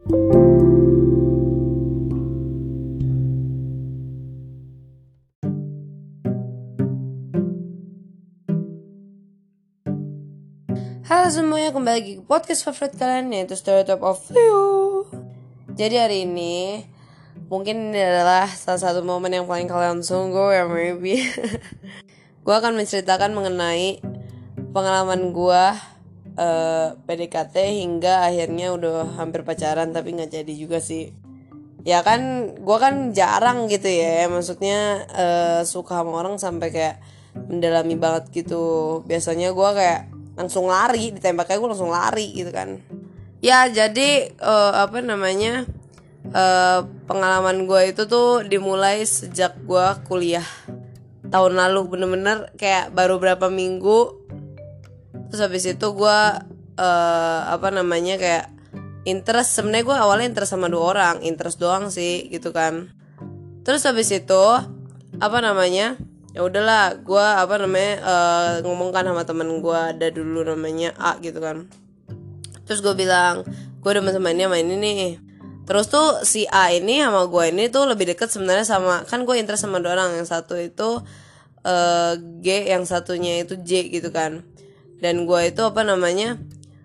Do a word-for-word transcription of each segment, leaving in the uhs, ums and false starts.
Halo semuanya, kembali lagi ke podcast favorit kalian, yaitu Story Top of You. Jadi hari ini mungkin ini adalah salah satu momen yang paling kalian tunggu ya, maybe. Gue akan menceritakan mengenai pengalaman gue uh, P D K T hingga akhirnya udah hampir pacaran, tapi gak jadi juga sih. Ya kan, gue kan jarang gitu ya, maksudnya uh, suka sama orang sampai kayak mendalami banget gitu. Biasanya gue kayak langsung lari, ditembaknya gue langsung lari gitu kan. Ya jadi uh, apa namanya uh, pengalaman gue itu tuh dimulai sejak gue kuliah tahun lalu, bener-bener kayak baru berapa minggu. Terus habis itu gue uh, apa namanya kayak interest. Sebenarnya gue awalnya interest sama dua orang, interest doang sih gitu kan. Terus habis itu apa namanya ya udahlah, gue apa namanya uh, ngomongkan sama temen gue, ada dulu namanya A gitu kan. Terus gue bilang gue udah sama ini sama ini nih. Terus tuh si A ini sama gue ini tuh lebih deket sebenarnya sama, kan gue interest sama dua orang, yang satu itu uh, G, yang satunya itu J gitu kan. Dan gue itu apa namanya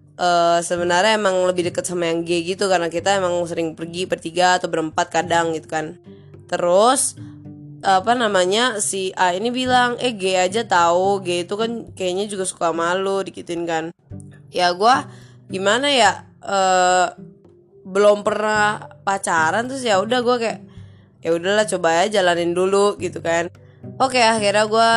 uh, sebenarnya emang lebih deket sama yang G gitu, karena kita emang sering pergi bertiga atau berempat kadang gitu kan. Terus apa namanya si A ini bilang, eh G aja tahu, G itu kan kayaknya juga suka malu dikitin kan. Ya gue gimana ya, uh, belum pernah pacaran, terus ya udah gue kayak ya udahlah coba aja jalanin dulu gitu kan. Oke, akhirnya gue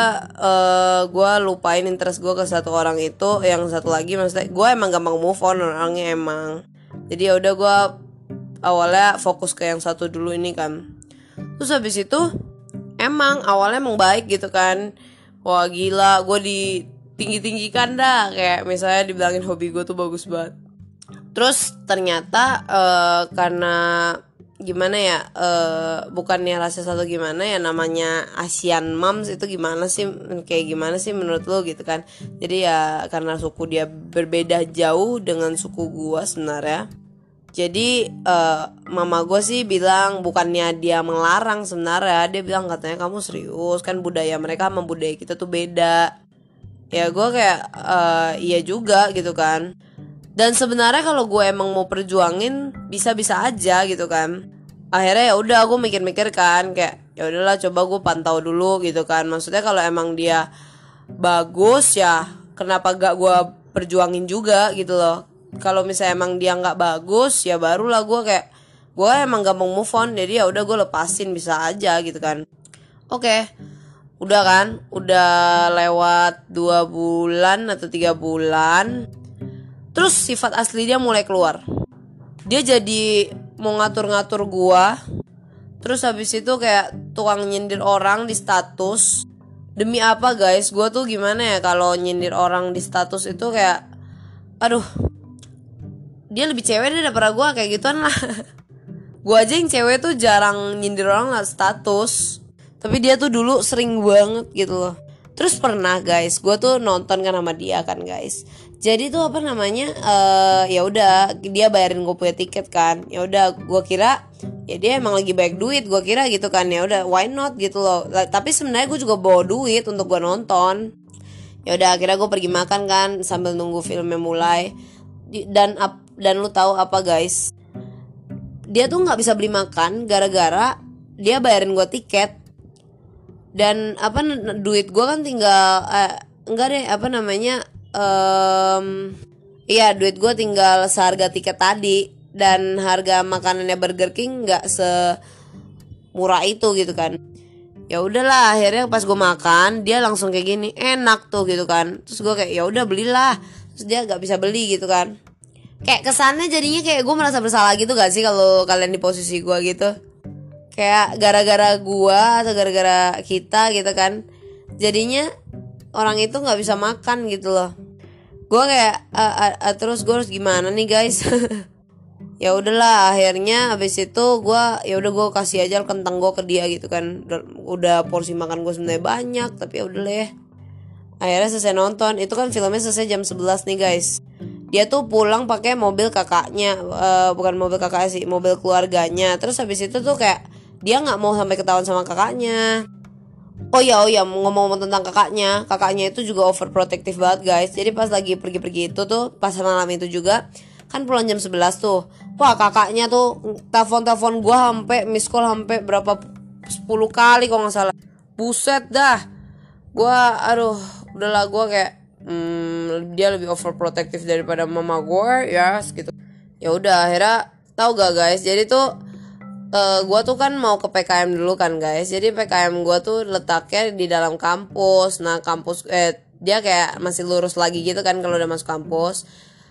uh, gue lupain interest gue ke satu orang itu. Yang satu lagi maksudnya gue emang gampang move on orangnya emang. Jadi ya udah gue awalnya fokus ke yang satu dulu ini kan. Terus habis itu emang awalnya emang baik gitu kan. Wah gila, gue ditinggi-tinggikan dah. Kayak misalnya dibilangin hobi gue tuh bagus banget. Terus ternyata uh, karena gimana ya, uh, bukannya rasa satu gimana ya, namanya Asian Moms itu gimana sih, kayak gimana sih menurut lo gitu kan. Jadi ya karena suku dia berbeda jauh dengan suku gue sebenarnya. Jadi uh, mama gue sih bilang bukannya dia melarang sebenarnya, dia bilang katanya kamu serius kan, budaya mereka sama budaya kita tuh beda. Ya gue kayak uh, iya juga gitu kan. Dan sebenarnya kalau gue emang mau perjuangin bisa-bisa aja gitu kan. Akhirnya ya udah gue mikir-mikir kan, kayak ya udahlah coba gue pantau dulu gitu kan. Maksudnya kalau emang dia bagus ya kenapa gak gue perjuangin juga gitu loh. Kalau misalnya emang dia nggak bagus ya barulah gue kayak gue emang gak mau move on, jadi ya udah gue lepasin bisa aja gitu kan. Oke, udah kan, udah lewat dua bulan atau tiga bulan. Terus sifat asli dia mulai keluar. Dia jadi mau ngatur-ngatur gue. Terus habis itu kayak tukang nyindir orang di status. Demi apa guys, gue tuh gimana ya kalau nyindir orang di status itu kayak aduh, dia lebih cewek daripada gue kayak gituan lah. Gue aja yang cewek tuh jarang nyindir orang lah status, tapi dia tuh dulu sering banget gitu loh. Terus pernah guys, gue tuh nonton kan sama dia kan guys. Jadi tuh apa namanya, uh, ya udah dia bayarin gue punya tiket kan. Ya udah gue kira ya dia emang lagi banyak duit, gue kira gitu kan. Ya udah why not gitu loh. Tapi sebenarnya gue juga bawa duit untuk gue nonton. Ya udah akhirnya gue pergi makan kan sambil nunggu filmnya mulai. Dan dan lu tahu apa guys, dia tuh nggak bisa beli makan gara-gara dia bayarin gue tiket. Dan apa duit gue kan tinggal eh, enggak deh apa namanya um, iya duit gue tinggal seharga tiket tadi. Dan harga makanannya Burger King nggak semurah itu gitu kan. Ya udahlah akhirnya pas gue makan dia langsung kayak gini, enak tuh gitu kan. Terus gue kayak ya udah belilah. Terus dia nggak bisa beli gitu kan. Kayak kesannya jadinya kayak gue merasa bersalah gitu gak sih kalau kalian di posisi gue gitu. Kayak gara-gara gue atau gara-gara kita gitu kan, jadinya orang itu gak bisa makan gitu loh. Gue kayak uh, uh, uh, terus gue harus gimana nih guys. Ya udahlah akhirnya habis itu gue ya udah gue kasih aja kentang gue ke dia gitu kan. Udah porsi makan gue sebenarnya banyak, tapi ya udah ya. Akhirnya selesai nonton. Itu kan filmnya selesai jam sebelas nih guys. dia tuh pulang pakai mobil kakaknya, uh, bukan mobil kakaknya sih, mobil keluarganya. Terus habis itu tuh kayak dia nggak mau sampai ketahuan sama kakaknya. Oh ya, oh ya, ngomong-ngomong tentang kakaknya, kakaknya itu juga overprotective banget guys. Jadi pas lagi pergi-pergi itu tuh, pas malam itu juga, kan pulang jam sebelas tuh. Wah kakaknya tuh telepon-telepon gue sampai miss call sampai berapa sepuluh kali kalau nggak salah. Buset dah, gue aduh udahlah gue kayak hmm, dia lebih overprotective daripada mama gue ya gitu. Ya udah akhirnya tahu gak guys, jadi tuh Uh, gue tuh kan mau ke P K M dulu kan guys. Jadi P K M gue tuh letaknya di dalam kampus. Nah kampus eh dia kayak masih lurus lagi gitu kan kalau udah masuk kampus.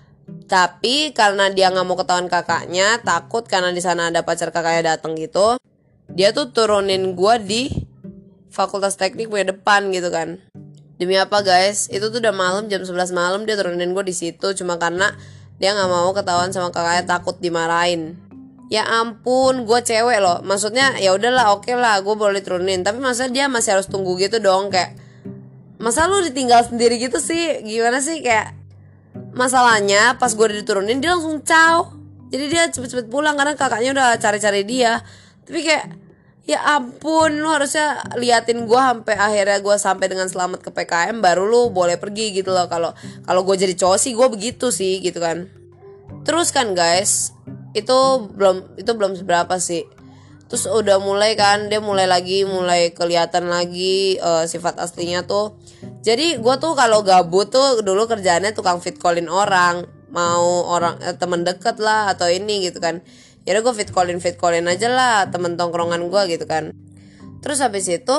Tapi karena dia nggak mau ketahuan kakaknya, takut karena di sana ada pacar kakaknya datang gitu, dia tuh turunin gue di Fakultas Teknik punya depan gitu kan. Demi apa guys? Itu tuh udah malam, jam sebelas malam dia turunin gue di situ cuma karena dia nggak mau ketahuan sama kakaknya, takut dimarahin. Ya ampun, gue cewek loh. Maksudnya ya udahlah, oke okay lah, gue boleh turunin. Tapi maksudnya dia masih harus tunggu gitu dong, kayak masa lu ditinggal sendiri gitu sih? Gimana sih kayak? Masalahnya pas gue diturunin dia langsung caw. Jadi dia cepet-cepet pulang karena kakaknya udah cari-cari dia. Tapi kayak ya ampun, lu harusnya liatin gue sampai akhirnya gue sampai dengan selamat ke P K M baru lu boleh pergi gitu loh. Kalau kalau gue jadi cowok sih gue begitu sih gitu kan. Terus kan guys, itu belum itu belum seberapa sih. Terus udah mulai kan dia mulai lagi mulai kelihatan lagi uh, sifat aslinya tuh. Jadi gue tuh kalau gabut tuh dulu kerjaannya tukang fit callin orang, mau orang eh, temen deket lah atau ini gitu kan. Jadi gue fit callin fit callin aja lah temen tongkrongan gue gitu kan. Terus habis itu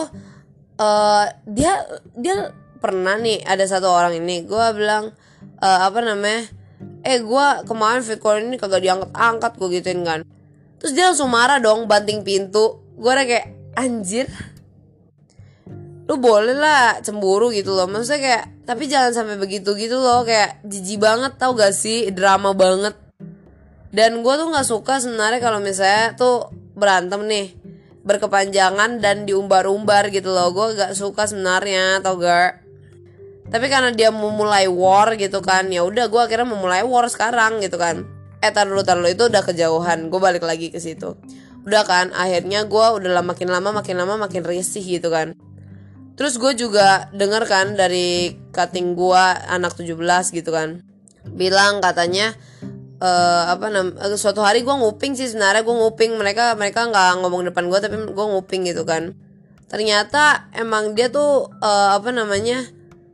uh, dia dia pernah nih ada satu orang ini gue bilang uh, apa namanya eh gue kemarin fit call ini kagak diangkat-angkat, gue gituin kan. Terus dia langsung marah dong, banting pintu. Gue udah kayak anjir, lu boleh lah cemburu gitu loh, maksudnya kayak tapi jangan sampai begitu gitu loh, kayak jijik banget tau gak sih, drama banget. Dan gue tuh nggak suka sebenarnya kalau misalnya tuh berantem nih berkepanjangan dan diumbar-umbar gitu loh, gue gak suka sebenarnya tau gak. Tapi karena dia memulai war gitu kan, ya udah gue akhirnya memulai war sekarang gitu kan. Eh tar dulu tar dulu itu udah kejauhan, gue balik lagi ke situ. Udah kan, akhirnya gue udah makin lama makin lama makin risih gitu kan. Terus gue juga denger kan dari cutting gue anak tujuh belas gitu kan, bilang katanya uh, apa nam suatu hari gue nguping sih sebenarnya, gue nguping mereka mereka nggak ngomong depan gue tapi gue nguping gitu kan. Ternyata emang dia tuh uh, apa namanya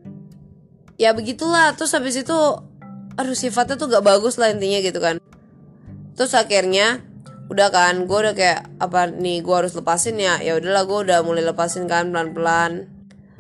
ya begitulah. Terus habis itu aduh sifatnya tuh gak bagus lah intinya gitu kan. Terus akhirnya udah kan gue udah kayak apa nih, gue harus lepasin ya. Ya udahlah gue udah mulai lepasin kan pelan-pelan.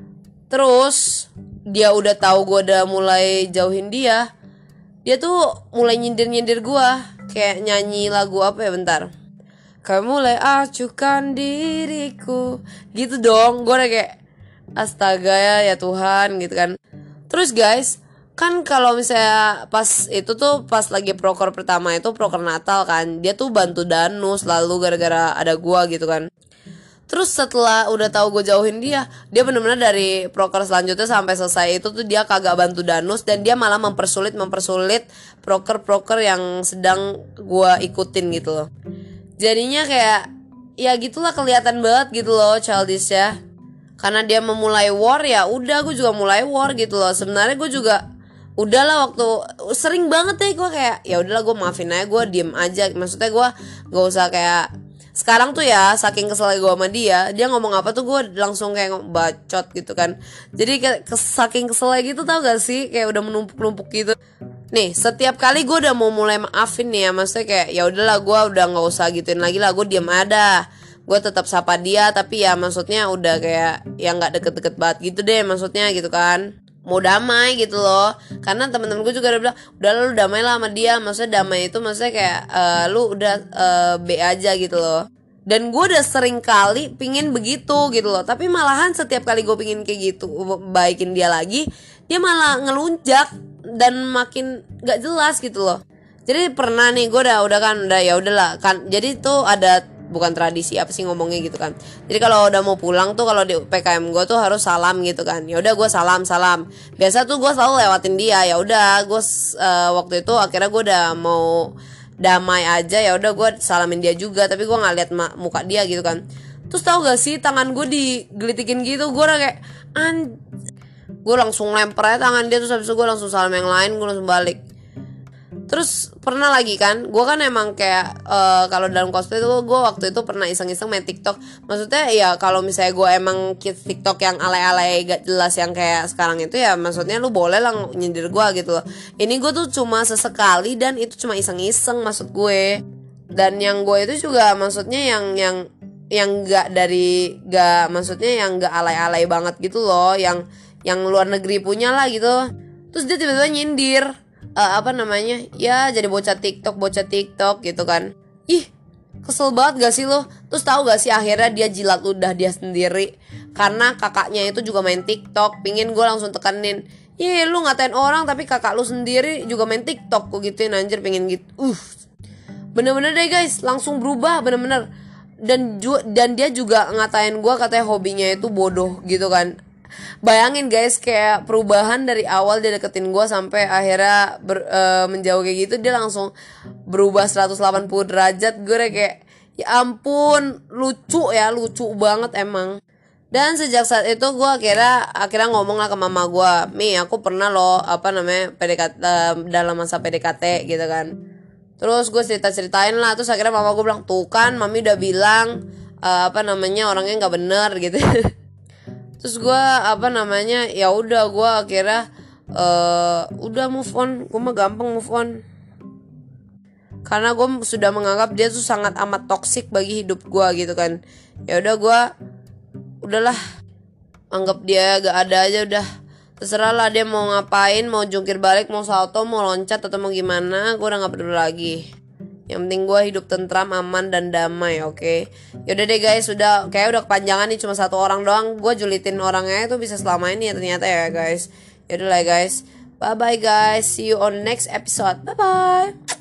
Terus dia udah tahu gue udah mulai jauhin dia, dia tuh mulai nyindir-nyindir gue, kayak nyanyi lagu apa ya bentar, kamu mulai acuhkan diriku gitu dong. Gue udah kayak astaga ya, ya Tuhan gitu kan. Terus guys, kan kalau misalnya pas itu tuh pas lagi proker pertama itu proker Natal kan, dia tuh bantu Danu selalu gara-gara ada gua gitu kan. Terus setelah udah tahu gue jauhin dia, dia bener-bener dari proker selanjutnya sampai selesai itu tuh dia kagak bantu Danus, dan dia malah mempersulit mempersulit proker-proker yang sedang gua ikutin gitu loh. Jadinya kayak ya gitulah, kelihatan banget gitu loh childish ya. Karena dia memulai war, ya udah gue juga mulai war gitu loh. Sebenarnya gue juga udahlah waktu sering banget deh gue kayak ya udahlah gue maafin aja, gue diem aja. Maksudnya gue gak usah kayak sekarang tuh ya, saking kesel gue sama dia, dia ngomong apa tuh gue langsung kayak bacot gitu kan. Jadi kayak saking kesel gitu, tau gak sih, kayak udah menumpuk-numpuk gitu. Nih setiap kali gue udah mau mulai maafin nih ya, maksudnya kayak ya udahlah gue udah nggak usah gituin lagi lah, gue diem ada. Gue tetap sapa dia, tapi ya maksudnya udah kayak ya nggak deket-deket banget gitu deh, maksudnya gitu kan, mau damai gitu loh. Karena teman-teman gue juga udah bilang udah lu damai lah sama dia, maksudnya damai itu maksudnya kayak uh, lu udah uh, B aja gitu loh. Dan gue udah sering kali pingin begitu gitu loh, tapi malahan setiap kali gue pingin kayak gitu baikin dia lagi, dia malah ngelunjak dan makin nggak jelas gitu loh. Jadi pernah nih gue udah udah kan udah ya udahlah kan, jadi tuh ada bukan tradisi apa sih ngomongnya gitu kan. Jadi kalau udah mau pulang tuh, kalau di P K M gue tuh harus salam gitu kan. Ya udah gue salam salam. Biasa tuh gue selalu lewatin dia. Ya udah gue uh, waktu itu akhirnya gue udah mau damai aja, ya udah gue salamin dia juga, tapi gue nggak lihat muka dia gitu kan. Terus tahu gak sih tangan gue digelitikin gitu, gue udah kayak an gue langsung lempar aja tangan dia, terus habis itu gue langsung salam yang lain, gue langsung balik. Terus pernah lagi kan, gue kan emang kayak uh, kalau dalam cosplay tuh gue waktu itu pernah iseng-iseng main TikTok. Maksudnya ya kalau misalnya gue emang kids TikTok yang alay-alay gak jelas yang kayak sekarang itu, ya maksudnya lu boleh lah nyindir gue gitu loh. Ini gue tuh cuma sesekali dan itu cuma iseng-iseng maksud gue. Dan yang gue itu juga maksudnya yang yang yang gak dari gak maksudnya yang gak alay-alay banget gitu loh, yang yang luar negeri punya lah gitu. Terus dia tiba-tiba nyindir uh, apa namanya, ya jadi bocah TikTok bocah TikTok gitu kan. Ih, kesel banget gak sih lo? Terus tahu gak sih akhirnya dia jilat ludah dia sendiri karena kakaknya itu juga main TikTok. Pingin gue langsung tekenin, ih lu ngatain orang tapi kakak lu sendiri juga main TikTok, kok gituin anjir, pengen gitu. Uh, bener-bener deh guys, langsung berubah bener-bener. Dan ju- dan dia juga ngatain gue katanya hobinya itu bodoh gitu kan. Bayangin guys, kayak perubahan dari awal dia deketin gue sampai akhirnya ber, uh, menjauh kayak gitu, dia langsung berubah seratus delapan puluh derajat. Gue kayak ya ampun, lucu ya, lucu banget emang. Dan sejak saat itu gue akhirnya akhirnya ngomong lah ke mama gue, Mi aku pernah loh apa namanya P D K T uh, dalam masa P D K T gitu kan. Terus gue cerita-ceritain lah, terus akhirnya mama gue bilang, tuh kan mami udah bilang uh, apa namanya orangnya nggak bener gitu. Terus gue apa namanya ya udah gue akhirnya uh, udah move on. Gue mah gampang move on karena gue sudah menganggap dia tuh sangat amat toksik bagi hidup gue gitu kan. Ya udah gue udahlah anggap dia gak ada aja udah. Terserah lah dia mau ngapain, mau jungkir balik, mau salto, mau loncat atau mau gimana, gue udah gak peduli lagi. Yang penting gue hidup tentram, aman, dan damai, oke okay? Yaudah deh guys, udah kayak udah kepanjangan nih, cuma satu orang doang gue julitin orangnya itu bisa selama ini ya ternyata ya guys. Yaudah lah guys, bye bye guys, see you on next episode, bye bye.